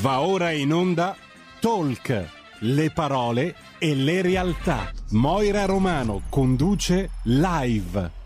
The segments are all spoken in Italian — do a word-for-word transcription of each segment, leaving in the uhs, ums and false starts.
Va ora in onda Talk, le parole e le realtà. Moira Romano conduce Live.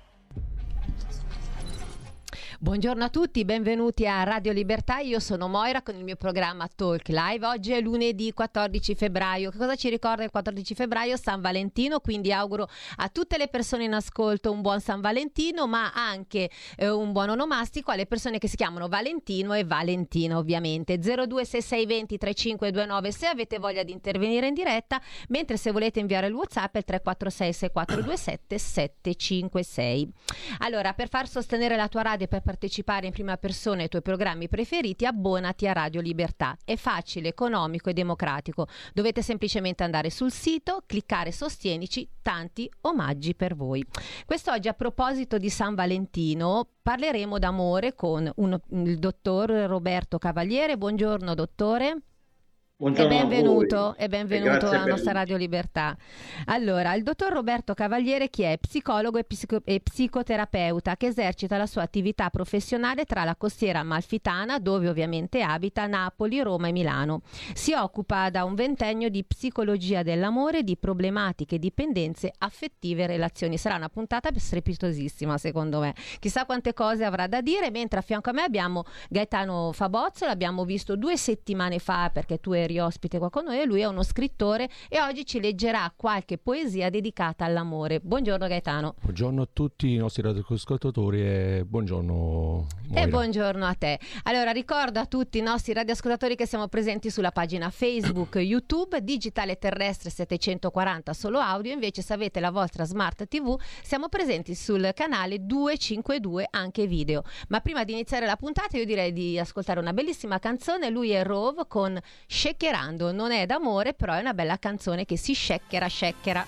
Buongiorno a tutti, benvenuti a Radio Libertà. Io sono Moira con il mio programma Talk Live. Oggi è lunedì quattordici febbraio. Che cosa ci ricorda il quattordici febbraio? San Valentino, quindi auguro a tutte le persone in ascolto un buon San Valentino, ma anche eh, un buon onomastico alle persone che si chiamano Valentino e Valentina, ovviamente. zero due sei sei due zero tre cinque due nove se avete voglia di intervenire in diretta, mentre se volete inviare il WhatsApp è il tre quattro sei sei quattro due sette sette cinque sei. Allora, per far sostenere la tua radio e per partecipare in prima persona ai tuoi programmi preferiti, abbonati a Radio Libertà. È facile, economico e democratico. Dovete semplicemente andare sul sito, cliccare Sostienici, tanti omaggi per voi. Quest'oggi, a proposito di San Valentino, parleremo d'amore con un, il dottor Roberto Cavaliere. Buongiorno dottore. Buongiorno e benvenuto, a voi. e benvenuto E alla nostra Radio Libertà. Allora, il dottor Roberto Cavaliere, chi è? Psicologo e, psico- e psicoterapeuta che esercita la sua attività professionale tra la costiera amalfitana, dove ovviamente abita, Napoli, Roma e Milano. Si occupa da un ventennio di psicologia dell'amore, di problematiche, dipendenze affettive e relazioni. Sarà una puntata strepitosissima, secondo me. Chissà quante cose avrà da dire, mentre a fianco a me abbiamo Gaetano Fabozzo. L'abbiamo visto due settimane fa perché tu eri ospite qua con noi, e lui è uno scrittore e oggi ci leggerà qualche poesia dedicata all'amore. Buongiorno Gaetano. Buongiorno a tutti i nostri radioascoltatori e buongiorno Moira. E buongiorno a te. Allora, ricordo a tutti i nostri radioascoltatori che siamo presenti sulla pagina Facebook, YouTube, digitale terrestre settecentoquaranta solo audio. Invece, se avete la vostra Smart tivù, siamo presenti sul canale duecentocinquantadue anche video. Ma prima di iniziare la puntata io direi di ascoltare una bellissima canzone. Lui è Rove con Shakerando. Non è d'amore, però è una bella canzone che si shakera shakera.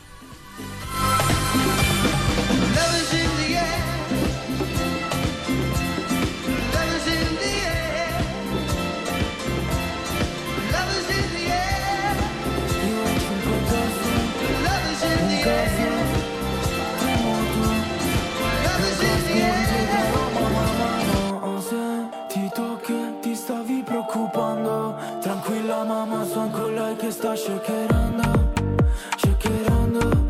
Love is in the air. Love is in the air. Love is in the air. Love is in the air. Love is in the air. Sentito che ti stavi preoccupando. Tranquilla mamma, son con lei che sta shakerando. Shakerando.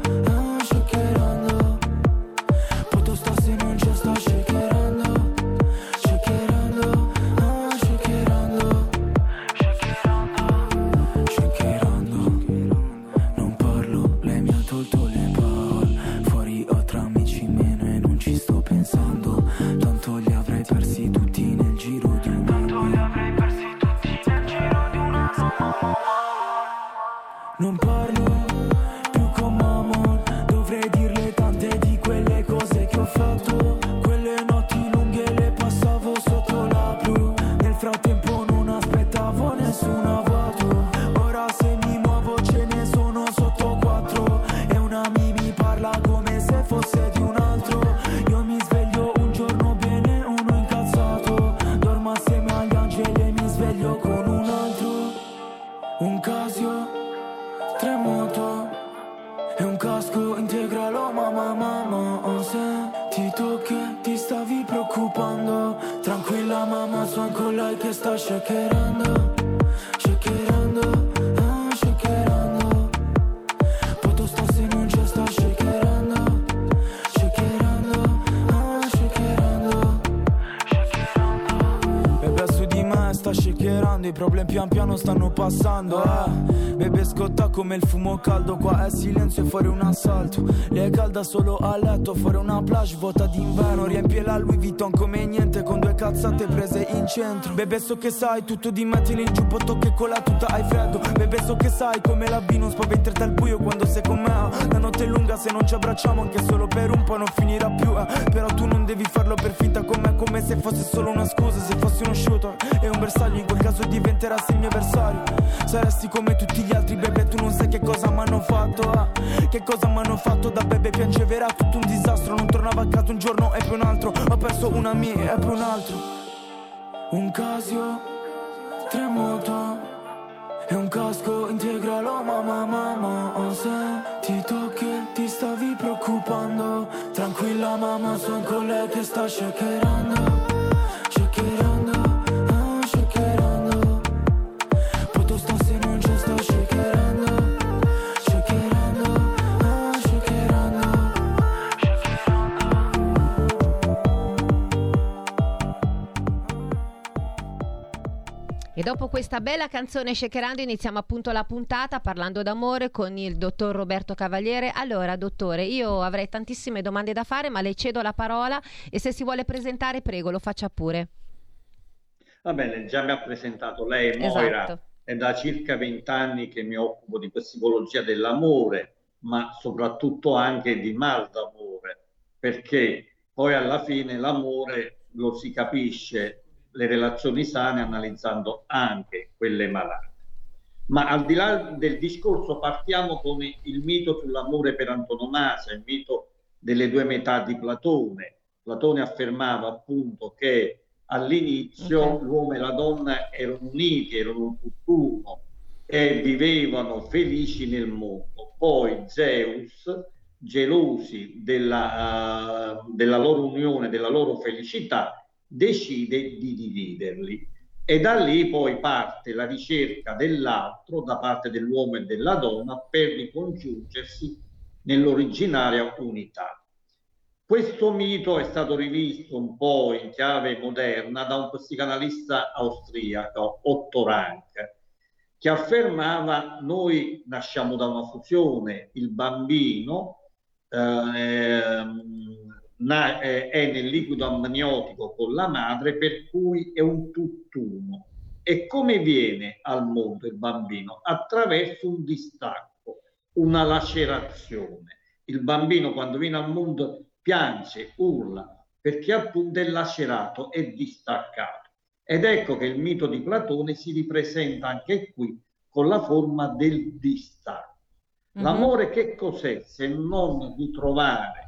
Non parlo più con mamma, dovrei dirle tante di quelle cose che ho fatto. Quelle notti lunghe le passavo sotto la blu. Nel frattempo non aspettavo nessuna vuoto. Ora se mi muovo ce ne sono sotto quattro. E una mi mi parla come se fosse di un altro. Io mi sveglio un giorno bene, uno incazzato. Dormo assieme agli angeli e mi sveglio con un altro. Un Casio Tremoto e un casco integralo, mamma, mamma. Ho sentito che ti stavi preoccupando. Tranquilla mamma, son con lei che sta shakerando. Shakerando, ah, shakerando. Poto sta se non c'è, sta shakerando. Shakerando, ah, shakerando. Bebe su di me sta shakerando. I problemi pian piano stanno passando, eh. Bebe scotta come il fumo caldo, qua è silenzio e fuori un assalto. Lei è calda solo a letto, fuori una plage vuota d'inverno. Riempie la Louis Vuitton come niente, con due cazzate prese in centro. Bebe so che sai tutto di me, tieni il giubbotto che con la tuta hai freddo. Bebe so che sai come la B non spaventerti al buio quando sei con me. La notte è lunga, se non ci abbracciamo anche solo per un po' non finirà più, eh. Però tu non devi farlo per finta con me, come se fosse solo una scusa. Se fossi uno shooter e un bersaglio, in quel caso diventerassi il mio avversario. Saresti come tutti gli altri, bebe, tu non sai che cosa m'hanno fatto, ah. Che cosa m'hanno fatto, da bebe piangeva, era tutto un disastro. Non tornavo a casa un giorno e poi un altro. Ho perso una mia e poi un altro. Un Casio Tremoto e un casco integralo, mamma, mamma. Ho sentito che ti stavi preoccupando. Tranquilla mamma, son con lei che sta shakerando. Shakerando, ah, shakerando. E dopo questa bella canzone shakerando iniziamo appunto la puntata parlando d'amore con il dottor Roberto Cavaliere. Allora dottore, io avrei tantissime domande da fare, ma le cedo la parola e se si vuole presentare prego lo faccia pure. Va bene, già mi ha presentato lei, Moira. Esatto. È da circa vent'anni che mi occupo di psicologia dell'amore, ma soprattutto anche di mal d'amore, perché poi alla fine l'amore lo si capisce, le relazioni sane, analizzando anche quelle malate. Ma al di là del discorso partiamo con il mito sull'amore per antonomasia, il mito delle due metà di Platone. Platone affermava appunto che all'inizio okay. l'uomo e la donna erano uniti, erano un tutt'uno e vivevano felici nel mondo. Poi Zeus, gelosi della, uh, della loro unione, della loro felicità, decide di dividerli e da lì poi parte la ricerca dell'altro da parte dell'uomo e della donna per ricongiungersi nell'originaria unità. Questo mito è stato rivisto un po' in chiave moderna da un psicanalista austriaco, Otto Rank, che affermava: noi nasciamo da una fusione, il bambino eh, è nel liquido amniotico con la madre, per cui è un tutt'uno. E come viene al mondo il bambino? Attraverso un distacco, una lacerazione. Il bambino quando viene al mondo piange, urla, perché appunto è lacerato, è distaccato. Ed ecco che il mito di Platone si ripresenta anche qui con la forma del distacco. Mm-hmm. L'amore che cos'è se non ritrovare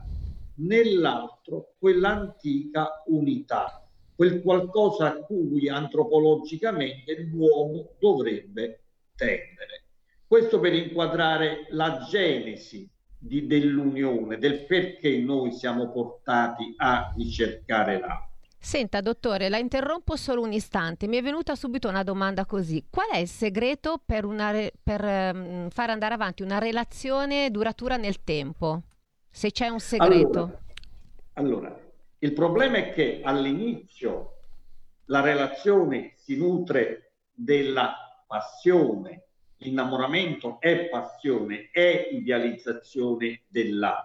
nell'altro quell'antica unità, quel qualcosa a cui antropologicamente l'uomo dovrebbe tendere. Questo per inquadrare la genesi di, dell'unione, del perché noi siamo portati a ricercare l'altro. Senta dottore, la interrompo solo un istante, mi è venuta subito una domanda così: qual è il segreto per, una re- per um, far andare avanti una relazione duratura nel tempo? Se c'è un segreto. Allora, allora, il problema è che all'inizio la relazione si nutre della passione, l'innamoramento è passione, è idealizzazione dell'altro.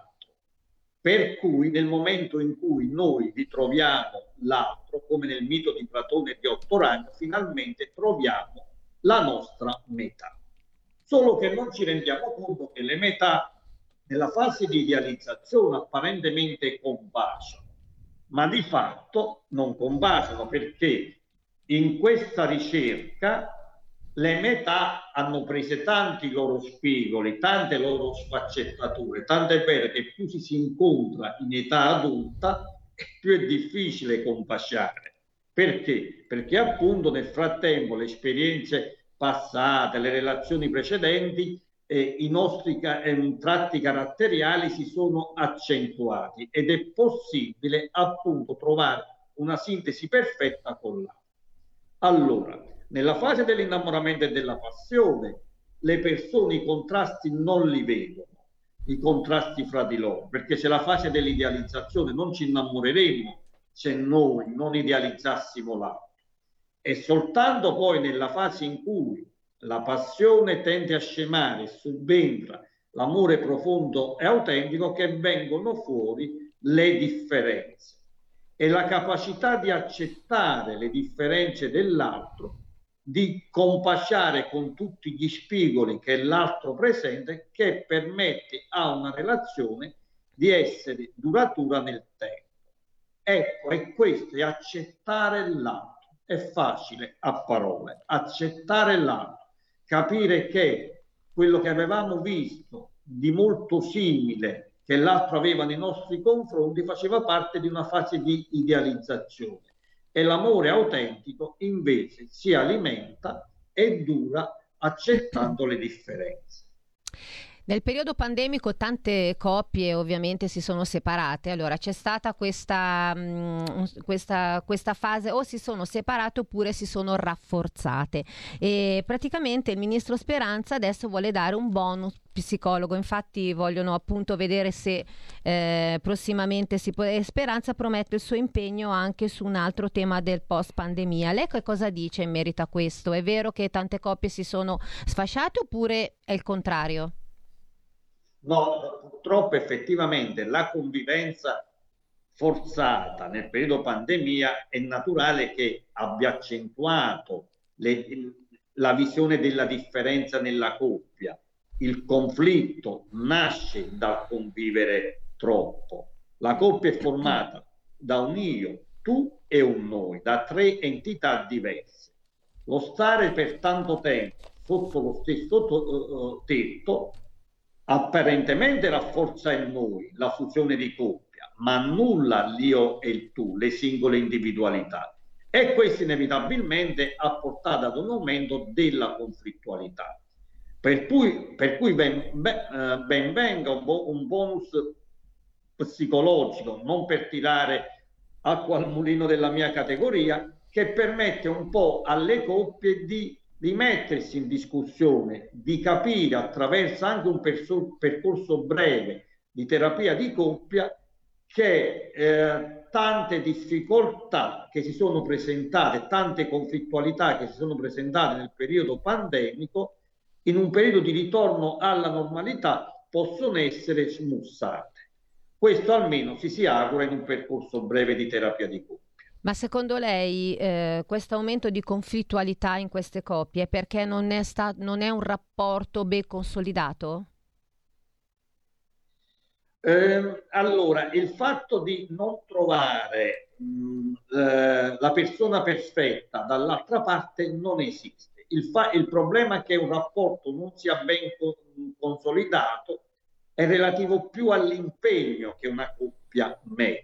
Per cui nel momento in cui noi ritroviamo l'altro, come nel mito di Platone e di Otto Rank, finalmente troviamo la nostra metà. Solo che non ci rendiamo conto che le metà nella fase di idealizzazione apparentemente combaciano, ma di fatto non combaciano, perché in questa ricerca le metà hanno preso tanti loro spigoli, tante loro sfaccettature, tant'è vero che più ci si incontra in età adulta più è difficile combaciare. Perché? Perché appunto nel frattempo le esperienze passate, le relazioni precedenti, eh, i nostri ca- eh, tratti caratteriali si sono accentuati ed è possibile appunto trovare una sintesi perfetta con l'altro. Allora, nella fase dell'innamoramento e della passione, le persone i contrasti non li vedono, i contrasti fra di loro, perché c'è la fase dell'idealizzazione, non ci innamoreremo se noi non idealizzassimo l'altro. È soltanto poi nella fase in cui la passione tende a scemare, subentra l'amore profondo e autentico, che vengono fuori le differenze. E la capacità di accettare le differenze dell'altro, di compaciare con tutti gli spigoli che l'altro presenta, che permette a una relazione di essere duratura nel tempo. Ecco, e questo è accettare l'altro. È facile a parole, accettare l'altro, capire che quello che avevamo visto di molto simile che l'altro aveva nei nostri confronti faceva parte di una fase di idealizzazione. E l'amore autentico invece si alimenta e dura accettando le differenze. Nel periodo pandemico tante coppie ovviamente si sono separate, allora c'è stata questa, mh, questa, questa fase, o si sono separate oppure si sono rafforzate, e praticamente il ministro Speranza adesso vuole dare un bonus psicologo, infatti vogliono appunto vedere se eh, prossimamente si può, e Speranza promette il suo impegno anche su un altro tema del post pandemia. Lei che cosa dice in merito a questo? È vero che tante coppie si sono sfasciate oppure è il contrario? No, purtroppo effettivamente la convivenza forzata nel periodo pandemia è naturale che abbia accentuato le, la visione della differenza nella coppia. Il conflitto nasce dal convivere troppo. La coppia è formata da un io, tu e un noi, da tre entità diverse. Lo stare per tanto tempo sotto lo stesso to- tetto apparentemente rafforza il noi, la fusione di coppia, ma annulla l'io e il tu, le singole individualità. E questo inevitabilmente ha portato ad un aumento della conflittualità. Per cui, per cui ben, ben, ben venga un, bo- un bonus psicologico, non per tirare acqua al mulino della mia categoria, che permette un po' alle coppie di di mettersi in discussione, di capire attraverso anche un perso- percorso breve di terapia di coppia che eh, tante difficoltà che si sono presentate, tante conflittualità che si sono presentate nel periodo pandemico, in un periodo di ritorno alla normalità possono essere smussate. Questo almeno si si augura in un percorso breve di terapia di coppia. Ma secondo lei eh, questo aumento di conflittualità in queste coppie è perché non è, sta- non è un rapporto ben consolidato? Eh, allora, il fatto di non trovare mh, eh, la persona perfetta dall'altra parte non esiste. Il, fa- il problema è che un rapporto non sia ben co- consolidato è relativo più all'impegno che una coppia mette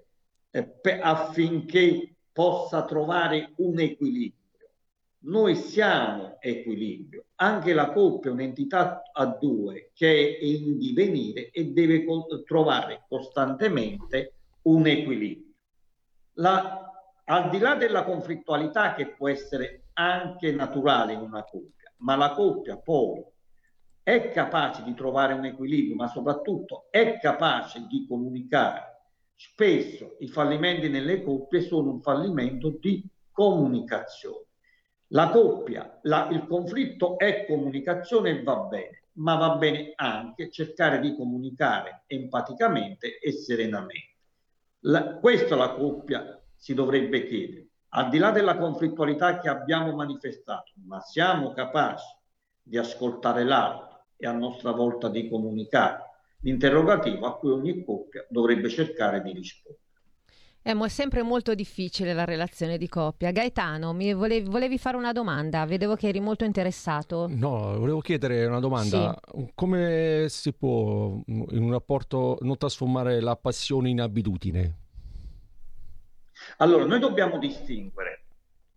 affinché possa trovare un equilibrio. Noi siamo equilibrio, anche la coppia è un'entità a due che è in divenire e deve co- trovare costantemente un equilibrio. La, al di là della conflittualità che può essere anche naturale in una coppia, ma la coppia poi è capace di trovare un equilibrio, ma soprattutto è capace di comunicare. Spesso i fallimenti nelle coppie sono un fallimento di comunicazione. La coppia, la, il conflitto è comunicazione e va bene, ma va bene anche cercare di comunicare empaticamente e serenamente. La, questo la coppia si dovrebbe chiedere. Al di là della conflittualità che abbiamo manifestato, ma siamo capaci di ascoltare l'altro e a nostra volta di comunicare? L'interrogativo a cui ogni coppia dovrebbe cercare di rispondere. È mo- sempre molto difficile la relazione di coppia. Gaetano, mi volevi, volevi fare una domanda? Vedevo che eri molto interessato. No, volevo chiedere una domanda. Sì. Come si può in un rapporto non trasformare la passione in abitudine? Allora, noi dobbiamo distinguere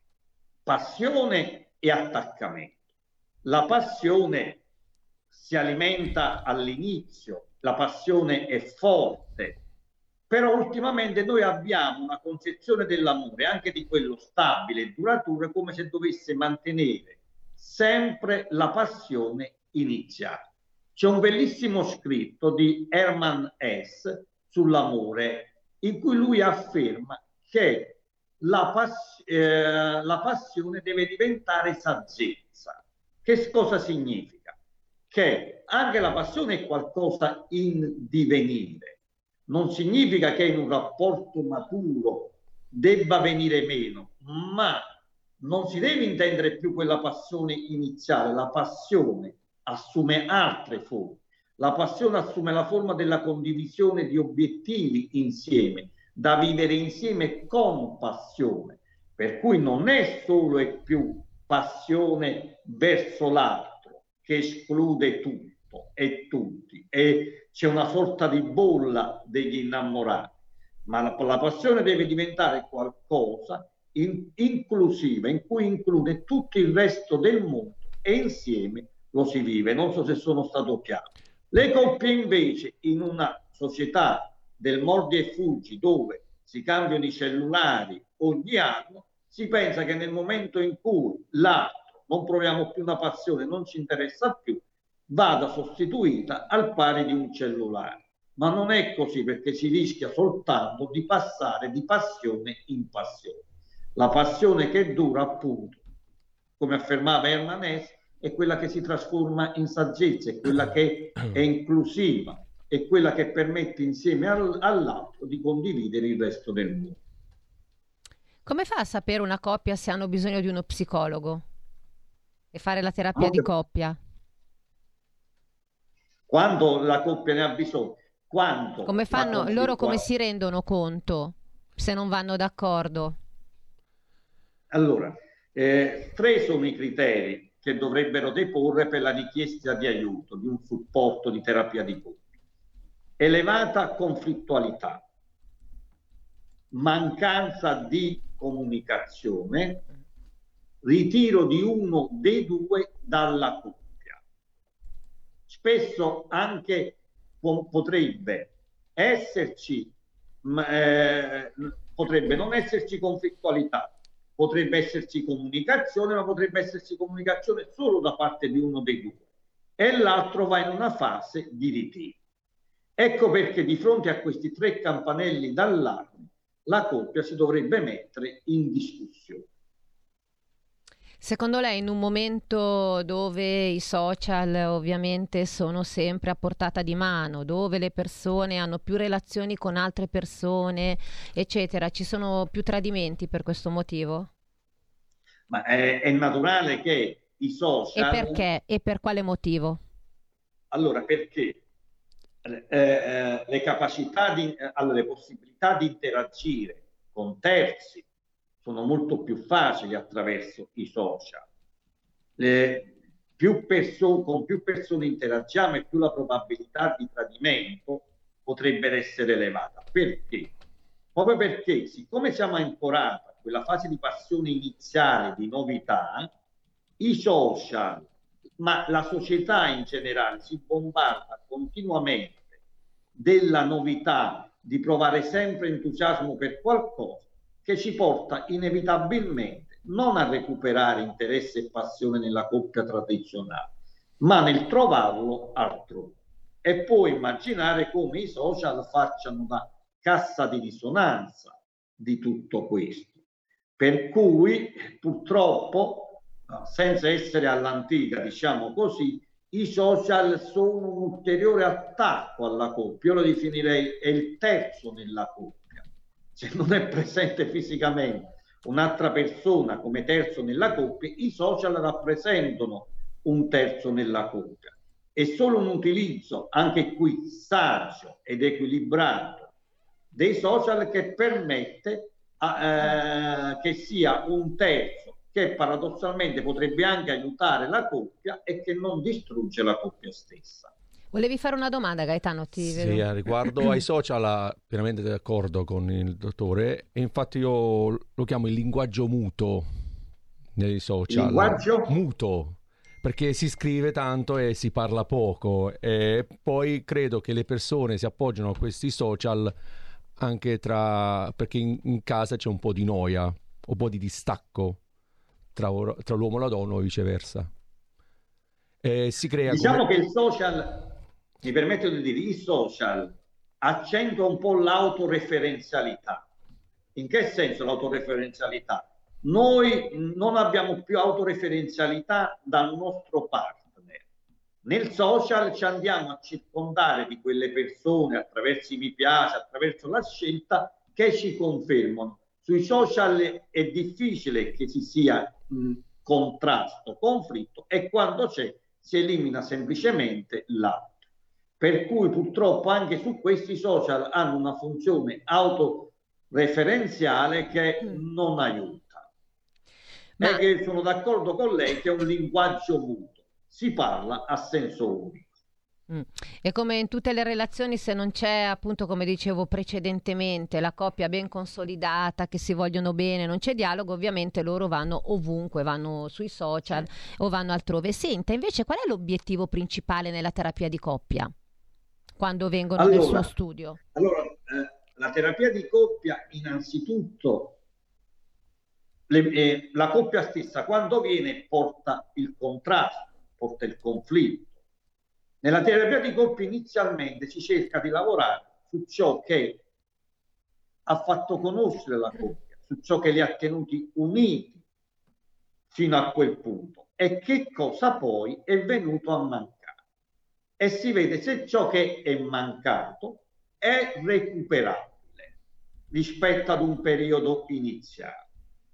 passione e attaccamento. La passione si alimenta all'inizio, la passione è forte, però ultimamente noi abbiamo una concezione dell'amore, anche di quello stabile e duraturo, come se dovesse mantenere sempre la passione iniziale. C'è un bellissimo scritto di Hermann Hesse sull'amore, in cui lui afferma che la, pass- eh, la passione deve diventare saggezza. Che cosa significa? Che anche la passione è qualcosa in divenire. Non significa che in un rapporto maturo debba venire meno, ma non si deve intendere più quella passione iniziale. La passione assume altre forme. La passione assume la forma della condivisione di obiettivi insieme, da vivere insieme con passione, per cui non è solo e più passione verso l'altro che esclude tutto e tutti, e c'è una sorta di bolla degli innamorati, ma la, la passione deve diventare qualcosa in, inclusiva, in cui include tutto il resto del mondo e insieme lo si vive. Non so se sono stato chiaro. Le coppie invece, in una società del mordi e fuggi dove si cambiano i cellulari ogni anno, si pensa che nel momento in cui l'altro non proviamo più una passione, non ci interessa più, vada sostituita al pari di un cellulare. Ma non è così, perché si rischia soltanto di passare di passione in passione. La passione che dura, appunto, come affermava Hermann Hesse, è quella che si trasforma in saggezza, è quella che è inclusiva, è quella che permette insieme al, all'altro di condividere il resto del mondo. Come fa a sapere una coppia se hanno bisogno di uno psicologo e fare la terapia di coppia? Quando la coppia ne ha bisogno. Quando come fanno loro, come si rendono conto se non vanno d'accordo? Allora, eh, tre sono i criteri che dovrebbero deporre per la richiesta di aiuto, di un supporto di terapia di coppia. Elevata conflittualità, mancanza di comunicazione, ritiro di uno dei due dalla coppia. Spesso anche potrebbe esserci, eh, potrebbe non esserci conflittualità, potrebbe esserci comunicazione, ma potrebbe esserci comunicazione solo da parte di uno dei due e l'altro va in una fase di ritiro. Ecco perché di fronte a questi tre campanelli d'allarme la coppia si dovrebbe mettere in discussione. Secondo lei, in un momento dove i social ovviamente sono sempre a portata di mano, dove le persone hanno più relazioni con altre persone, eccetera, ci sono più tradimenti per questo motivo? Ma è, è naturale che i social... E perché? E per quale motivo? Allora, perché eh, eh, le capacità di, eh, allora, le possibilità di interagire con terzi sono molto più facili attraverso i social. Le, più perso- con più persone interagiamo e più la probabilità di tradimento potrebbe essere elevata. Perché? Proprio perché, siccome siamo ancorati a quella fase di passione iniziale, di novità, i social, ma la società in generale, si bombarda continuamente della novità, di provare sempre entusiasmo per qualcosa, che ci porta inevitabilmente non a recuperare interesse e passione nella coppia tradizionale, ma nel trovarlo altrove. E poi immaginare come i social facciano da cassa di risonanza di tutto questo. Per cui purtroppo, senza essere all'antica, diciamo così, i social sono un ulteriore attacco alla coppia. Io lo definirei è il terzo nella coppia. Se non è presente fisicamente un'altra persona come terzo nella coppia, i social rappresentano un terzo nella coppia. È solo un utilizzo, anche qui saggio ed equilibrato, dei social che permette a, eh, che sia un terzo che paradossalmente potrebbe anche aiutare la coppia e che non distrugge la coppia stessa. Volevi fare una domanda, Gaetano? Ti sì, vedo. a riguardo ai social, pienamente d'accordo con il dottore, e infatti io lo chiamo il linguaggio muto nei social. Linguaggio? Muto, perché si scrive tanto e si parla poco, e poi credo che le persone si appoggino a questi social anche tra perché in, in casa c'è un po' di noia, un po' di distacco tra, tra l'uomo e la donna o viceversa. E si crea diciamo come... che il social, mi permetto di dire, il social accentua un po' l'autoreferenzialità. In che senso l'autoreferenzialità? Noi non abbiamo più autoreferenzialità dal nostro partner. Nel social ci andiamo a circondare di quelle persone attraverso i mi piace, attraverso la scelta, che ci confermano. Sui social è difficile che ci sia mh, contrasto, conflitto, e quando c'è si elimina semplicemente l'altro. Per cui purtroppo anche su questi social hanno una funzione autoreferenziale che non aiuta. Ma... E che sono d'accordo con lei che è un linguaggio muto, si parla a senso unico. Mm. E come in tutte le relazioni, se non c'è, appunto, come dicevo precedentemente, la coppia ben consolidata, che si vogliono bene, non c'è dialogo, ovviamente loro vanno ovunque, vanno sui social o vanno altrove. Senta, invece, qual è l'obiettivo principale nella terapia di coppia quando vengono nel suo Allora, studio? allora eh, la terapia di coppia, innanzitutto, le- eh, la coppia stessa quando viene porta il contrasto, porta il conflitto. Nella terapia di coppia inizialmente si cerca di lavorare su ciò che ha fatto conoscere la coppia, su ciò che li ha tenuti uniti fino a quel punto e che cosa poi è venuto a mancare. E si vede se ciò che è mancato è recuperabile rispetto ad un periodo iniziale.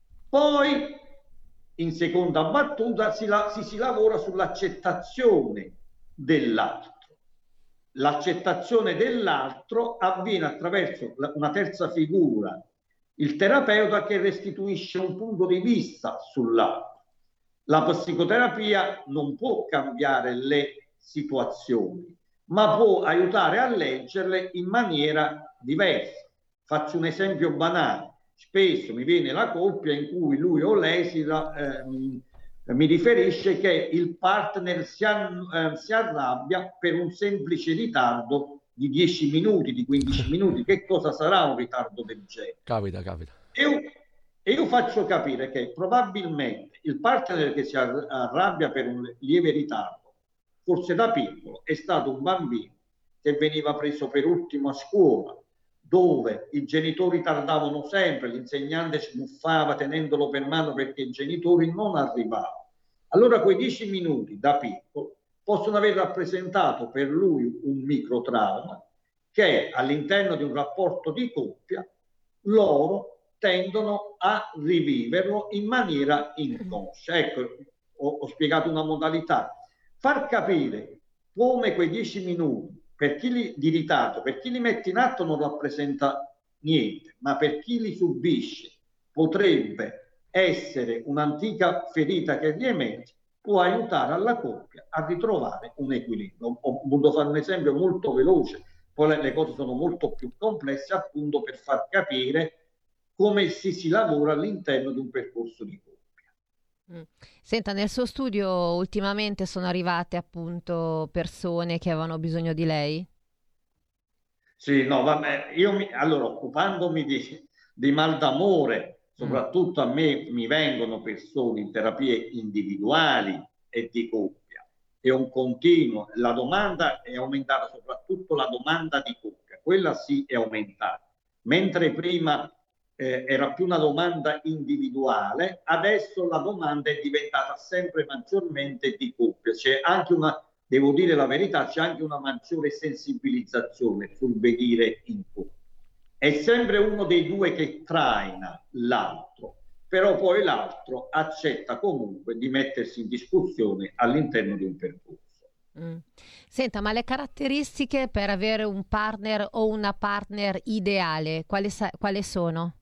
Poi, in seconda battuta, si, la, si, si lavora sull'accettazione dell'altro. L'accettazione dell'altro avviene attraverso una terza figura, il terapeuta, che restituisce un punto di vista sull'altro. La psicoterapia non può cambiare le situazioni, ma può aiutare a leggerle in maniera diversa. Faccio un esempio banale. Spesso mi viene la coppia in cui lui o lei si, eh, mi riferisce che il partner si, eh, si arrabbia per un semplice ritardo di dieci minuti, di quindici minuti. Che cosa sarà un ritardo del genere? Capita, capita. E io, e io faccio capire che probabilmente il partner che si arrabbia per un lieve ritardo, forse da piccolo, è stato un bambino che veniva preso per ultimo a scuola, dove i genitori tardavano sempre, l'insegnante sbuffava tenendolo per mano perché i genitori non arrivavano. Allora quei dieci minuti da piccolo possono aver rappresentato per lui un microtrauma che all'interno di un rapporto di coppia loro tendono a riviverlo in maniera inconscia. Ecco, ho, ho spiegato una modalità. Far capire come quei dieci minuti, per chi li, di ritardo, per chi li mette in atto non rappresenta niente, ma per chi li subisce potrebbe essere un'antica ferita che riemerge, può aiutare alla coppia a ritrovare un equilibrio. Ho voluto fare un esempio molto veloce, poi le, le cose sono molto più complesse, appunto per far capire come si, si lavora all'interno di un percorso di coppia. Mm. Senta, nel suo studio ultimamente sono arrivate appunto persone che avevano bisogno di lei? Sì, no, vabbè, io mi, allora, occupandomi di, di mal d'amore, soprattutto a me mi vengono persone in terapie individuali e di coppia. È un continuo, la domanda è aumentata, soprattutto la domanda di coppia, quella sì è aumentata, mentre prima Eh, era più una domanda individuale, adesso la domanda è diventata sempre maggiormente di coppia. C'è anche una, devo dire la verità, c'è anche una maggiore sensibilizzazione sul venire in coppia. È sempre uno dei due che traina l'altro, però poi l'altro accetta comunque di mettersi in discussione all'interno di un percorso. Mm. Senta, ma le caratteristiche per avere un partner o una partner ideale, quali, sa- quali sono?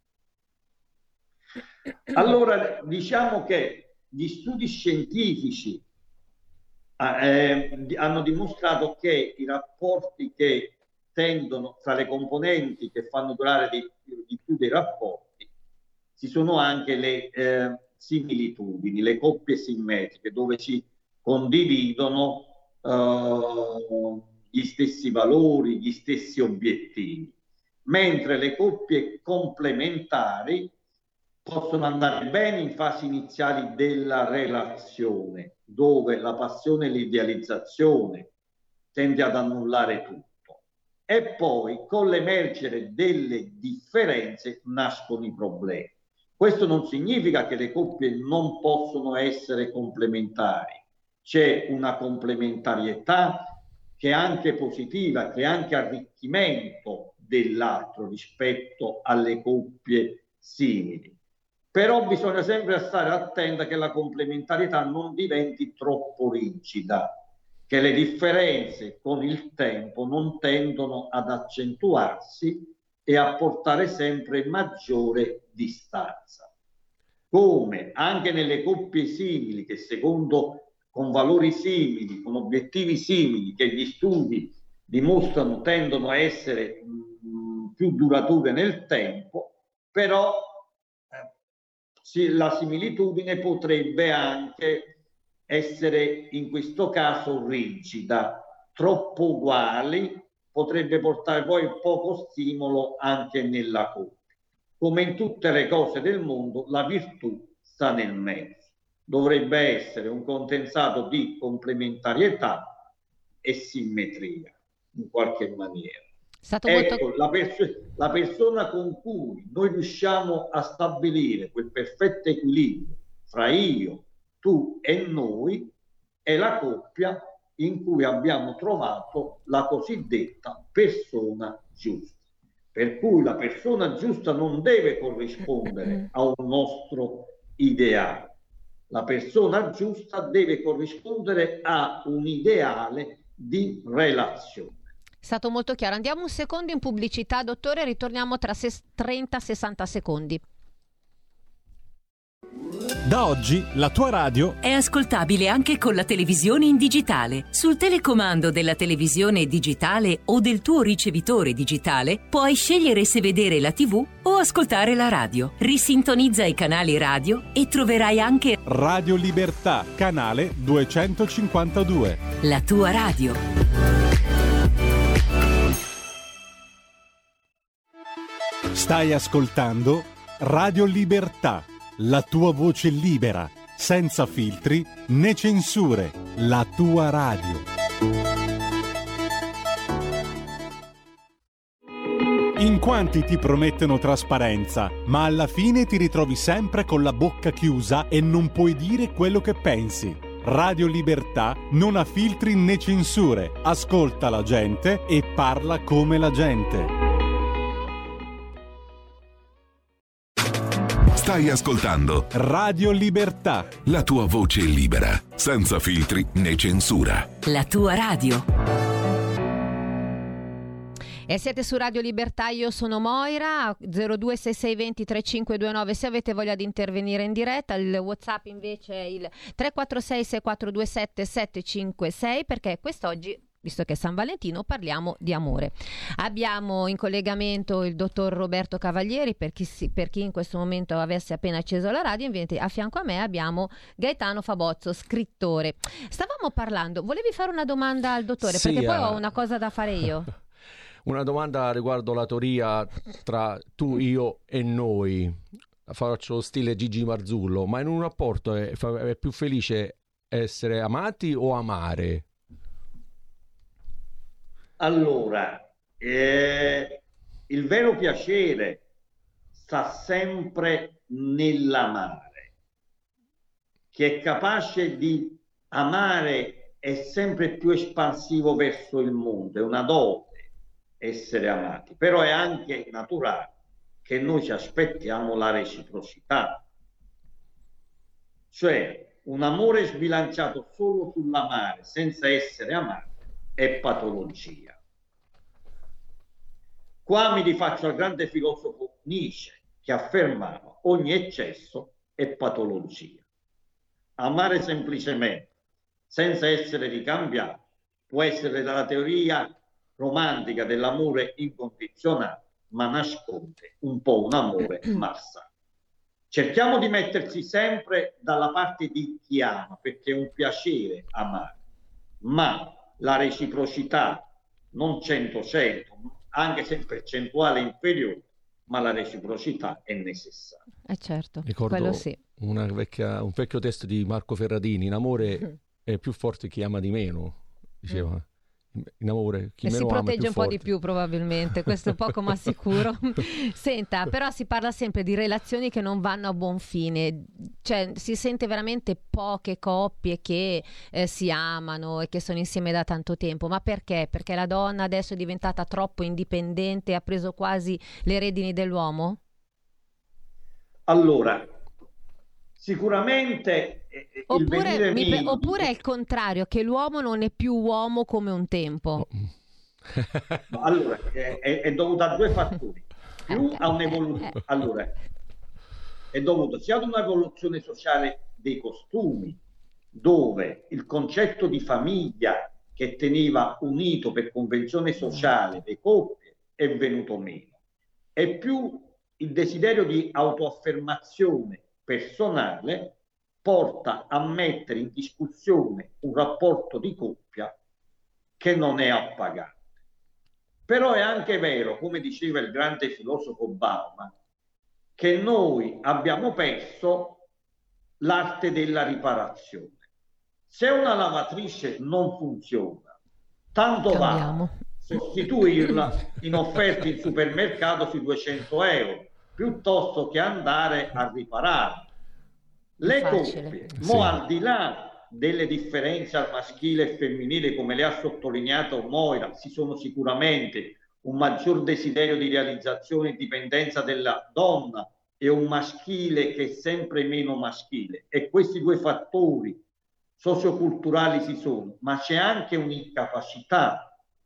Allora, diciamo che gli studi scientifici eh, hanno dimostrato che i rapporti che tendono, tra le componenti che fanno durare di, di più dei rapporti, ci sono anche le eh, similitudini, le coppie simmetriche, dove si condividono eh, gli stessi valori, gli stessi obiettivi, mentre le coppie complementari possono andare bene in fasi iniziali della relazione, dove la passione e l'idealizzazione tende ad annullare tutto. E poi, con l'emergere delle differenze, nascono i problemi. Questo non significa che le coppie non possono essere complementari. C'è una complementarietà che è anche positiva, che è anche arricchimento dell'altro rispetto alle coppie simili. Però bisogna sempre stare attenta che la complementarietà non diventi troppo rigida, che le differenze con il tempo non tendono ad accentuarsi e a portare sempre maggiore distanza. Come anche nelle coppie simili, che secondo con valori simili, con obiettivi simili, che gli studi dimostrano tendono a essere mh, più durature nel tempo, però eh, sì, la similitudine potrebbe anche essere in questo caso rigida, troppo uguali, potrebbe portare poi poco stimolo anche nella coppia. Come in tutte le cose del mondo, la virtù sta nel mezzo. Dovrebbe essere un condensato di complementarietà e simmetria, in qualche maniera. Stato ecco, molto... la, pers- la persona con cui noi riusciamo a stabilire quel perfetto equilibrio fra io, tu e noi è la coppia in cui abbiamo trovato la cosiddetta persona giusta. Per cui la persona giusta non deve corrispondere a un nostro ideale. La persona giusta deve corrispondere a un ideale di relazione. È stato molto chiaro. Andiamo un secondo in pubblicità, dottore, ritorniamo tra trenta sessanta secondi. Da oggi la tua radio è ascoltabile anche con la televisione in digitale. Sul telecomando della televisione digitale o del tuo ricevitore digitale puoi scegliere se vedere la tivù o ascoltare la radio. Risintonizza i canali radio e troverai anche Radio Libertà, canale duecentocinquantadue. La tua radio. Stai ascoltando Radio Libertà, la tua voce libera, senza filtri né censure, la tua radio. In quanti ti promettono trasparenza, ma alla fine ti ritrovi sempre con la bocca chiusa e non puoi dire quello che pensi. Radio Libertà non ha filtri né censure, ascolta la gente e parla come la gente. Stai ascoltando Radio Libertà, la tua voce libera, senza filtri né censura. La tua radio. E siete su Radio Libertà, io sono Moira, zero due sei sei due zero tre cinque due nove se avete voglia di intervenire in diretta. Il WhatsApp invece è il tre quattro sei sei quattro due sette sette cinque sei, perché quest'oggi, visto che è San Valentino, parliamo di amore. Abbiamo in collegamento il dottor Roberto Cavalieri, per chi, si, per chi in questo momento avesse appena acceso la radio. Invece a fianco a me abbiamo Gaetano Fabozzo, scrittore. Stavamo parlando, volevi fare una domanda al dottore? Sì, perché poi uh... ho una cosa da fare io. Una domanda riguardo la teoria tra tu, io e noi. Faccio stile Gigi Marzullo, ma in un rapporto è, è più felice essere amati o amare? Allora, eh, il vero piacere sta sempre nell'amare. Chi è capace di amare è sempre più espansivo verso il mondo, è una dote essere amati, però è anche naturale che noi ci aspettiamo la reciprocità. Cioè, un amore sbilanciato solo sull'amare senza essere amato è patologia. Qua mi rifaccio al grande filosofo Nietzsche, che affermava: ogni eccesso è patologia. Amare semplicemente, senza essere ricambiato, può essere dalla teoria romantica dell'amore incondizionato, ma nasconde un po' un amore malsano. Cerchiamo di metterci sempre dalla parte di chi ama, perché è un piacere amare, ma la reciprocità, non cento cento, anche se in percentuale inferiore, ma la reciprocità è necessaria. Eh certo, Ricordo quello sì. Una vecchia, un vecchio testo di Marco Ferradini: in amore è più forte chi ama di meno, diceva. In amore chi e meno si ama è protegge più un po' forte. di più probabilmente, questo è poco ma sicuro. Senta, però si parla sempre di relazioni che non vanno a buon fine, cioè si sente veramente poche coppie che eh, si amano e che sono insieme da tanto tempo. Ma perché? Perché la donna adesso è diventata troppo indipendente e ha preso quasi le redini dell'uomo? Allora, sicuramente eh, oppure, il mi, minimo... oppure è il contrario, che l'uomo non è più uomo come un tempo. No, allora, è, è, è dovuto a due fattori. Più a un'evoluzione. Allora, è dovuto sia ad un'evoluzione sociale dei costumi, dove il concetto di famiglia che teneva unito per convenzione sociale le coppie è venuto meno. È più il desiderio di autoaffermazione personale porta a mettere in discussione un rapporto di coppia che non è appagante. Però è anche vero, come diceva il grande filosofo Bauman, che noi abbiamo perso l'arte della riparazione. Se una lavatrice non funziona, tanto Cambiamo. vale sostituirla in offerta in supermercato sui duecento euro, piuttosto che andare a riparare. Le Facile. coppie, Sì. mo al di là delle differenze al maschile e femminile, come le ha sottolineato Moira, ci sono sicuramente un maggior desiderio di realizzazione e dipendenza della donna e un maschile che è sempre meno maschile, e questi due fattori socioculturali ci sono, ma c'è anche un'incapacità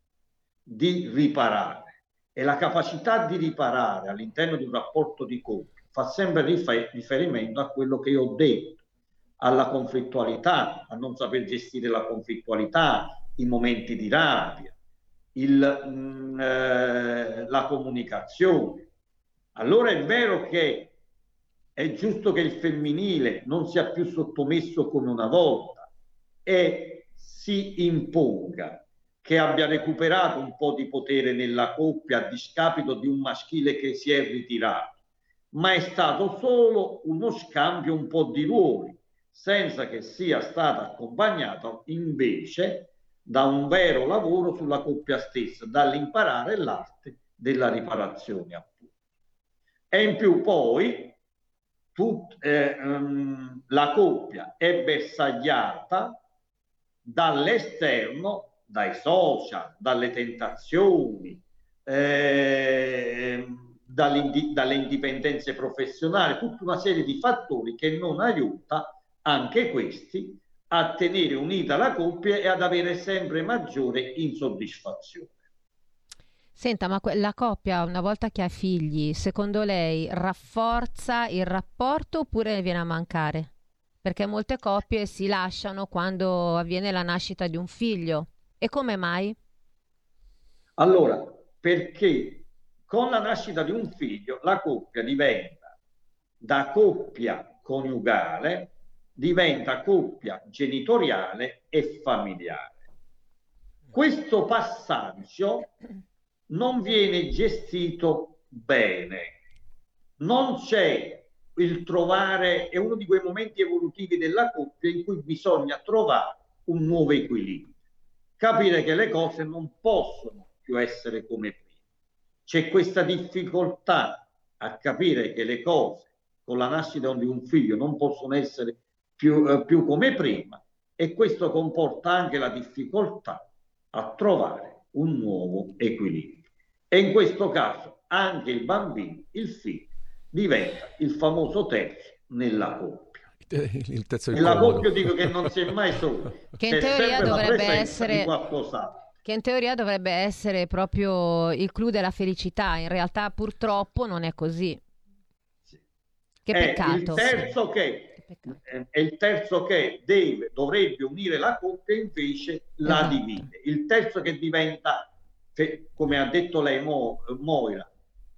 di riparare, e la capacità di riparare all'interno di un rapporto di coppia fa sempre rifer- riferimento a quello che io ho detto, alla conflittualità, a non saper gestire la conflittualità, i momenti di rabbia, il, mh, eh, la comunicazione. Allora è vero che è giusto che il femminile non sia più sottomesso come una volta e si imponga, che abbia recuperato un po' di potere nella coppia a discapito di un maschile che si è ritirato, ma è stato solo uno scambio un po' di ruoli, senza che sia stato accompagnato invece da un vero lavoro sulla coppia stessa, dall'imparare l'arte della riparazione, appunto. E in più poi tut, eh, um, la coppia è bersagliata dall'esterno, dai social, dalle tentazioni, eh, dalle, dalle indipendenze professionali, tutta una serie di fattori che non aiuta anche questi a tenere unita la coppia e ad avere sempre maggiore insoddisfazione. Senta, ma que- la coppia, una volta che ha figli, secondo lei rafforza il rapporto oppure viene a mancare? Perché molte coppie si lasciano quando avviene la nascita di un figlio. E come mai? Allora, perché con la nascita di un figlio la coppia diventa, da coppia coniugale, diventa coppia genitoriale e familiare. Questo passaggio non viene gestito bene. Non c'è il trovare, è uno di quei momenti evolutivi della coppia in cui bisogna trovare un nuovo equilibrio. Capire che le cose non possono più essere come prima. C'è questa difficoltà a capire che le cose con la nascita di un figlio non possono essere più, eh, più come prima, e questo comporta anche la difficoltà a trovare un nuovo equilibrio. E in questo caso anche il bambino, il figlio, diventa il famoso terzo nella coppia. Il terzo Nella incomodo. coppia dico che non si è mai solo, Che in c'è teoria sempre la dovrebbe presenza essere- di qualcos'altro. Che in teoria dovrebbe essere proprio il clou della felicità, in realtà purtroppo non è così. Sì. Che È peccato. il terzo che Che peccato. eh, è il terzo che deve, dovrebbe unire la coppia, invece la Esatto. divide. Il terzo che diventa, fe- come ha detto lei, Mo- Moira,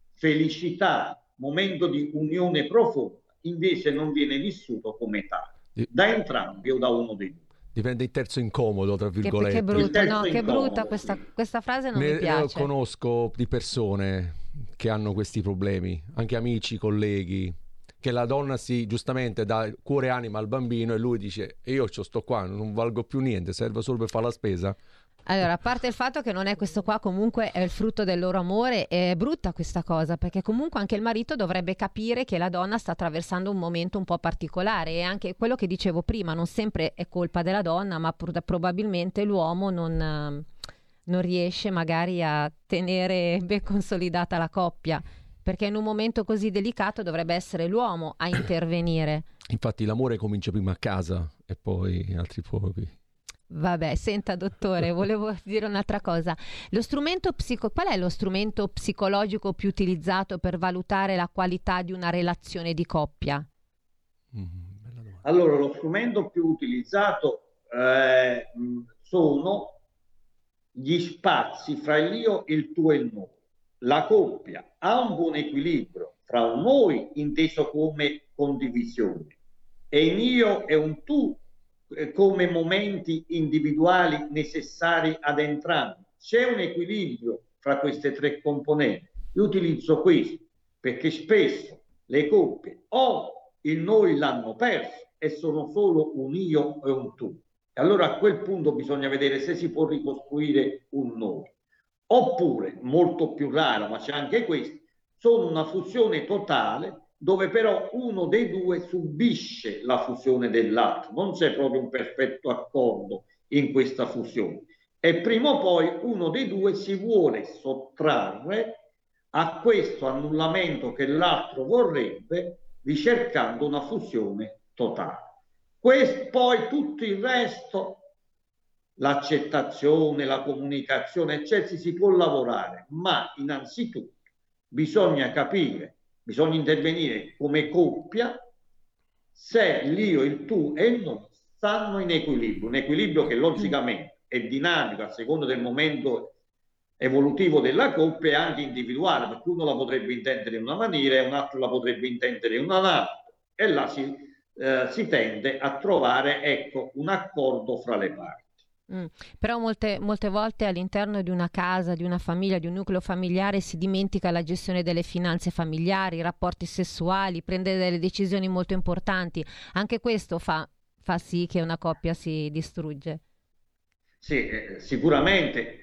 felicità, momento di unione profonda, invece non viene vissuto come tale, Di- da entrambi o da uno dei due. Diventa il terzo incomodo, tra Che, virgolette. che brutta, terzo no, che incomodo, brutta questa, sì. questa frase non Ne- mi piace. conosco di persone che hanno questi problemi, anche amici, colleghi, che la donna si giustamente dà cuore e anima al bambino e lui dice: e io ci sto qua, non valgo più niente, serve solo per fare la spesa. Allora, a parte il fatto che non è questo qua, comunque è il frutto del loro amore, è brutta questa cosa, perché comunque anche il marito dovrebbe capire che la donna sta attraversando un momento un po' particolare, e anche quello che dicevo prima, non sempre è colpa della donna, ma pur- probabilmente l'uomo non, eh, non riesce magari a tenere ben consolidata la coppia, perché in un momento così delicato dovrebbe essere l'uomo a intervenire. Infatti l'amore comincia prima a casa e poi altri fuochi. Vabbè, senta dottore, volevo dire un'altra cosa. Lo strumento psico... Qual è lo strumento psicologico più utilizzato per valutare la qualità di una relazione di coppia? Mm, bella domanda. Allora, lo strumento più utilizzato eh, mh, sono gli spazi fra il io, il tu e il noi. La coppia ha un buon equilibrio fra un noi inteso come condivisione e un io e un tu eh, come momenti individuali necessari ad entrambi. C'è un equilibrio fra queste tre componenti. Io utilizzo questo perché spesso le coppie o il noi l'hanno perso e sono solo un io e un tu. E allora a quel punto bisogna vedere se si può ricostruire un noi. Oppure, molto più raro, ma c'è anche questo, sono una fusione totale dove però uno dei due subisce la fusione dell'altro. Non c'è proprio un perfetto accordo in questa fusione. E prima o poi uno dei due si vuole sottrarre a questo annullamento che l'altro vorrebbe, ricercando una fusione totale. Questo, poi tutto il resto, l'accettazione, la comunicazione, eccetera, si può lavorare, ma innanzitutto bisogna capire, bisogna intervenire come coppia se l'io, il tu e il noi stanno in equilibrio, un equilibrio che logicamente è dinamico a seconda del momento evolutivo della coppia e anche individuale, perché uno la potrebbe intendere in una maniera e un altro la potrebbe intendere in un'altra, e là si, eh, si tende a trovare, ecco, un accordo fra le parti. Mm. Però molte, molte volte all'interno di una casa, di una famiglia, di un nucleo familiare si dimentica la gestione delle finanze familiari, i rapporti sessuali, prendere delle decisioni molto importanti. Anche questo fa, fa sì che una coppia si distrugge. Sì, eh, sicuramente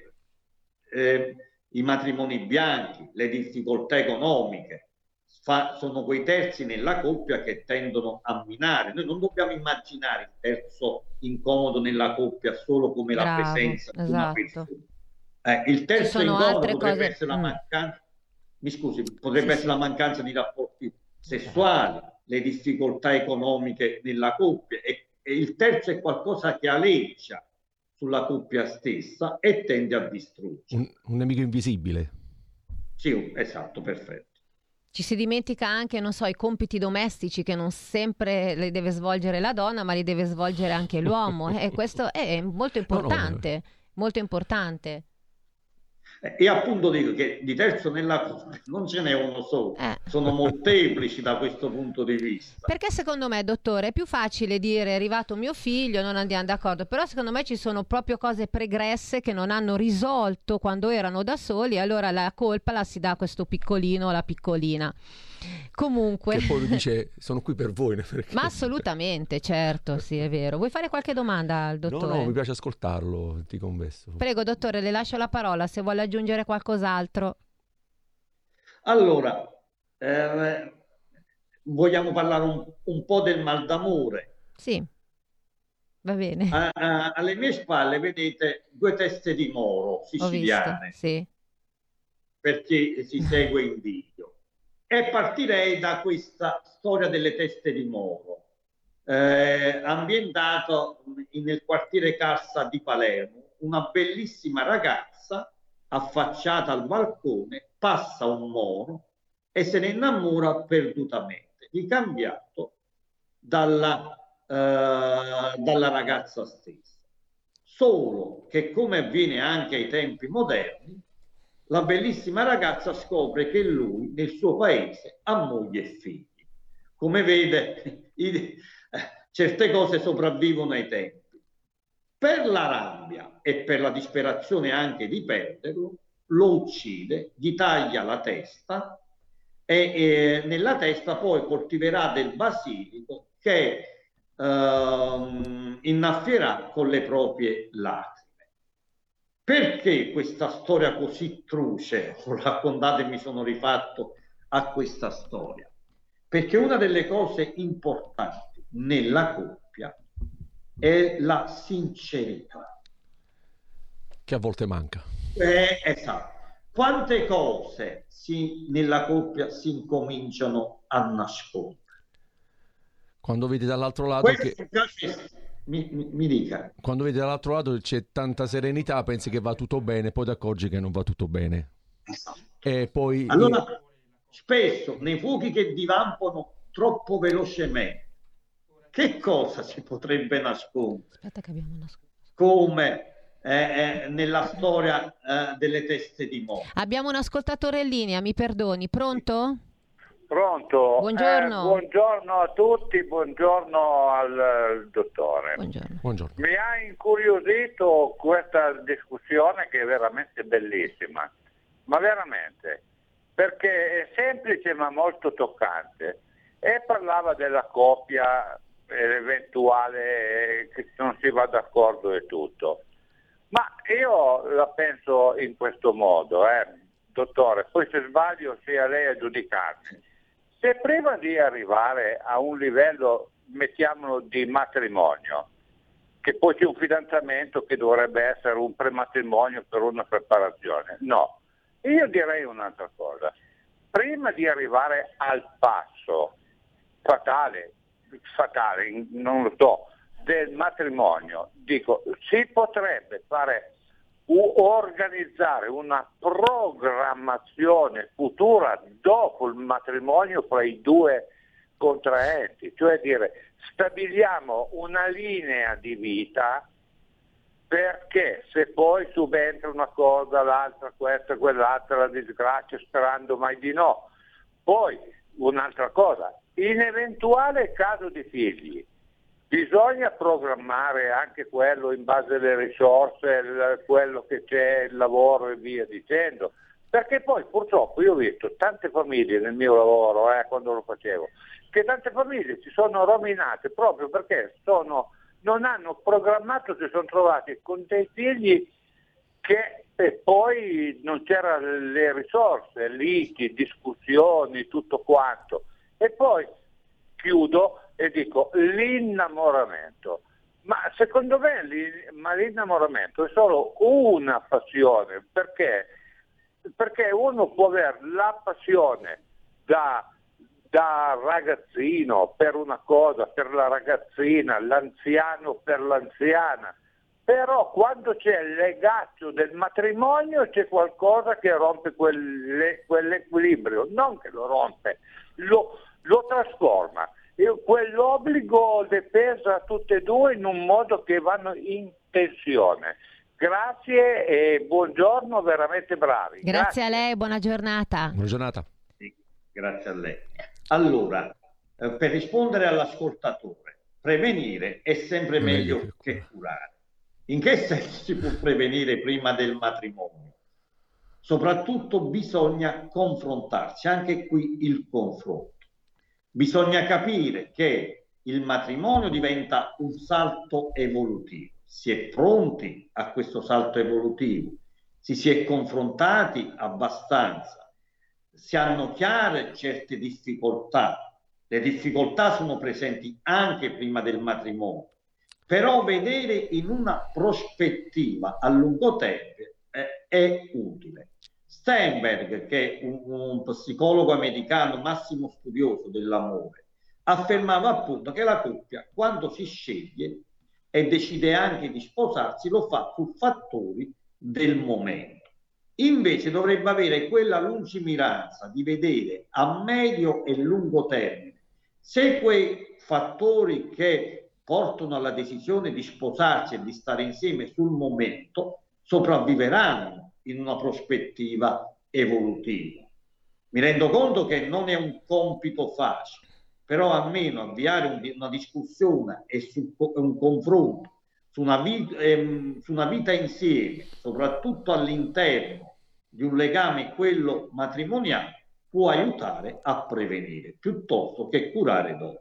eh, i matrimoni bianchi, le difficoltà economiche fa, sono quei terzi nella coppia che tendono a minare. Noi non dobbiamo immaginare il terzo incomodo nella coppia solo come Bravo, la presenza di una esatto. persona. Eh, il terzo sono incomodo altre potrebbe cose- essere la mm. mancanza, mi scusi, potrebbe Sì, essere sì. la mancanza di rapporti sessuali, le difficoltà economiche nella coppia, e, e il terzo è qualcosa che aleggia sulla coppia stessa e tende a distruggere. Un, un nemico invisibile. Sì, esatto, perfetto. Ci si dimentica anche, non so, i compiti domestici che non sempre li deve svolgere la donna, ma li deve svolgere anche l'uomo. E questo è molto importante, molto importante. Eh, E appunto dico che di terzo nella coppia non ce n'è uno solo, Eh. sono molteplici da questo punto di vista. Perché secondo me, dottore, è più facile dire è arrivato mio figlio, non andiamo d'accordo, però secondo me ci sono proprio cose pregresse che non hanno risolto quando erano da soli, e allora la colpa la si dà a questo piccolino o la piccolina. Comunque, Che poi lui dice sono qui per voi. Perché... ma assolutamente, certo, sì, è vero. Vuoi fare qualche domanda al No, dottore? no, mi piace ascoltarlo, ti convesso. Prego, dottore, le lascio la parola se vuole aggiungere qualcos'altro. Allora, eh, vogliamo parlare un, un po' del mal d'amore. Sì, va bene, A- a- alle mie spalle vedete due teste di moro ho visto, siciliane, sì. perché si segue in video. E partirei da questa storia delle teste di moro, eh, ambientato in- nel quartiere Cassa di Palermo. Una bellissima ragazza affacciata al balcone, passa un moro e se ne innamora perdutamente, ricambiato dalla, eh, dalla ragazza stessa. Solo che, come avviene anche ai tempi moderni, la bellissima ragazza scopre che lui nel suo paese ha moglie e figli. Come vede, i- eh, certe cose sopravvivono ai tempi. Per la rabbia e per la disperazione anche di perderlo, lo uccide, gli taglia la testa e eh, nella testa poi coltiverà del basilico che ehm, innaffierà con le proprie lacrime. Perché questa storia così truce? Ho raccontato e mi sono rifatto a questa storia. Perché una delle cose importanti nella coppia è la sincerità. Che a volte manca. Eh, esatto. Quante cose si, nella coppia si incominciano a nascondere? Quando vedi dall'altro lato Questo che... già c'è- mi, mi- mi dica. Quando vedi dall'altro lato c'è tanta serenità, pensi che va tutto bene, poi ti accorgi che non va tutto bene. E poi Allora, spesso nei fuochi che divampano troppo velocemente, che cosa si potrebbe nascondere? Aspetta che abbiamo una scusa. Come eh, eh, nella storia eh, delle teste di Mo. Abbiamo un ascoltatore in linea, mi perdoni, pronto? Pronto? Buongiorno. Eh, buongiorno a tutti, buongiorno al, al dottore. Buongiorno. Buongiorno. Mi ha incuriosito questa discussione che è veramente bellissima, ma veramente, perché è semplice ma molto toccante. E parlava della coppia eventuale che non si va d'accordo e tutto. Ma io la penso in questo modo, eh, dottore, poi se sbaglio sia lei a giudicarmi. Se prima di arrivare a un livello, mettiamolo, di matrimonio, che poi c'è un fidanzamento che dovrebbe essere un prematrimonio per una preparazione, no, io direi un'altra cosa. Prima di arrivare al passo fatale, fatale, non lo so, del matrimonio, dico, si potrebbe fare organizzare una programmazione futura dopo il matrimonio fra i due contraenti, cioè dire stabiliamo una linea di vita, perché se poi subentra una cosa, l'altra, questa, quell'altra, la disgrazia, sperando mai di no. Poi un'altra cosa, in eventuale caso di figli bisogna programmare anche quello in base alle risorse, il, quello che c'è, il lavoro e via dicendo, perché poi purtroppo io ho visto tante famiglie nel mio lavoro, eh, quando lo facevo, che tante famiglie si sono rovinate proprio perché sono, non hanno programmato, si sono trovati con dei figli che e poi non c'erano le risorse, liti, discussioni, tutto quanto. E poi chiudo e dico l'innamoramento, ma secondo me ma l'innamoramento è solo una passione, perché perché uno può avere la passione da, da ragazzino per una cosa, per la ragazzina, l'anziano per l'anziana, però quando c'è il legaccio del matrimonio c'è qualcosa che rompe quelle, quell'equilibrio, non che lo rompe, lo, lo trasforma. E quell'obbligo le pesa a tutte e due in un modo che vanno in tensione. Grazie e buongiorno, veramente bravi. Grazie, Grazie. a lei, buona giornata. Buona giornata. Sì, grazie a lei. Allora, eh, per rispondere all'ascoltatore, prevenire è sempre meglio, meglio che curare. In che senso si può prevenire prima del matrimonio? Soprattutto bisogna confrontarsi, anche qui il confronto. Bisogna capire che il matrimonio diventa un salto evolutivo. Si è pronti a questo salto evolutivo, si, si è confrontati abbastanza, si hanno chiare certe difficoltà. Le difficoltà sono presenti anche prima del matrimonio, però vedere in una prospettiva a lungo tempo eh, è utile. Steinberg, che è un, un psicologo americano massimo studioso dell'amore, affermava appunto che la coppia, quando si sceglie e decide anche di sposarsi, lo fa su fattori del momento. Invece dovrebbe avere quella lungimiranza di vedere a medio e lungo termine se quei fattori che portano alla decisione di sposarsi e di stare insieme sul momento sopravviveranno in una prospettiva evolutiva. Mi rendo conto che non è un compito facile, però almeno avviare un, una discussione e su, un confronto su una, vita, ehm, su una vita insieme, soprattutto all'interno di un legame, quello matrimoniale, può aiutare a prevenire piuttosto che curare dopo.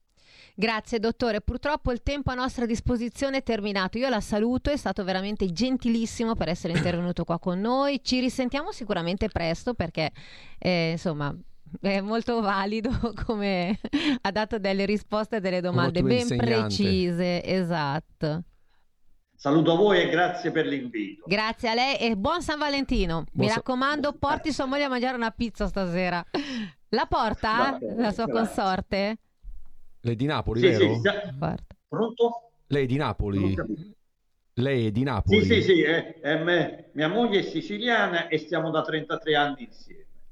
Grazie dottore, purtroppo il tempo a nostra disposizione è terminato. Io la saluto, è stato veramente gentilissimo per essere intervenuto qua con noi. Ci risentiamo sicuramente presto perché eh, insomma è molto valido, come ha dato delle risposte e delle domande ben insegnante. Precise. Esatto. Saluto a voi e grazie per l'invito. Grazie a lei e buon San Valentino. Buon Mi sa- raccomando, porti sua moglie a mangiare una pizza stasera. La porta? Bene, la sua grazie. consorte? Lei è di Napoli, Sì, vero? sì, sia- Guarda. Pronto? Lei è di Napoli? Non ho capito. Lei è di Napoli? Sì, sì, sì, eh, eh, me- mia moglie è siciliana e stiamo da trentatré anni insieme.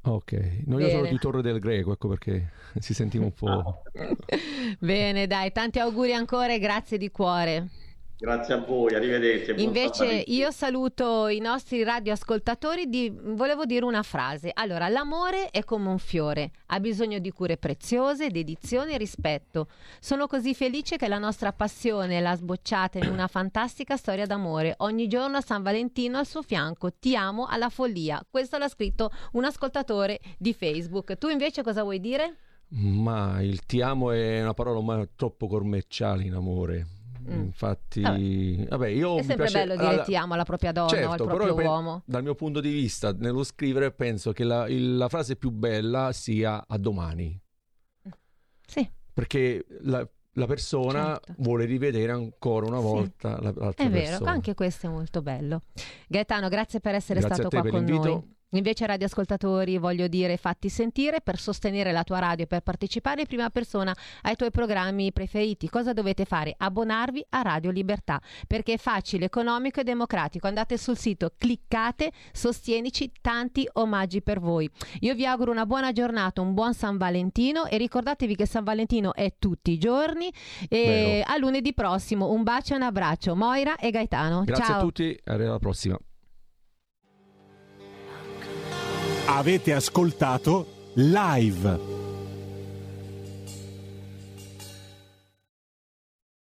Ok, no, io Bene. sono di Torre del Greco, ecco perché si sentiva un po'. Bene, dai, tanti auguri ancora e grazie di cuore. Grazie a voi, arrivederci. e buon San Invece Valentino. io saluto i nostri radioascoltatori, di, volevo dire una frase. Allora, l'amore è come un fiore, ha bisogno di cure preziose, dedizione e rispetto. Sono così felice che la nostra passione l'ha sbocciata in una fantastica storia d'amore. Ogni giorno a San Valentino al suo fianco, ti amo alla follia. Questo l'ha scritto un ascoltatore di Facebook. Tu invece cosa vuoi dire? Ma il ti amo è una parola ormai troppo commerciale in amore. Mm. Infatti, Vabbè. vabbè, io È mi sempre piace- bello dire alla- ti amo alla propria donna o al Certo, però proprio io pe- uomo. dal mio punto di vista, nello scrivere, penso che la, il- la frase più bella sia a domani, Sì, perché la, la persona Certo. vuole rivedere ancora una Sì. volta la, l'altra è vero, persona. anche questo è molto bello. Gaetano, grazie per essere Grazie stato a te qua per con l'invito. noi. Invece, radioascoltatori, voglio dire, fatti sentire per sostenere la tua radio e per partecipare in prima persona ai tuoi programmi preferiti. Cosa dovete fare? Abbonarvi a Radio Libertà, perché è facile, economico e democratico. Andate sul sito, cliccate, sostienici, tanti omaggi per voi. Io vi auguro una buona giornata, un buon San Valentino e ricordatevi che San Valentino è tutti i giorni e Vero. a lunedì prossimo. Un bacio e un abbraccio. Moira e Gaetano. Grazie Ciao. a tutti, alla prossima. Avete ascoltato Live.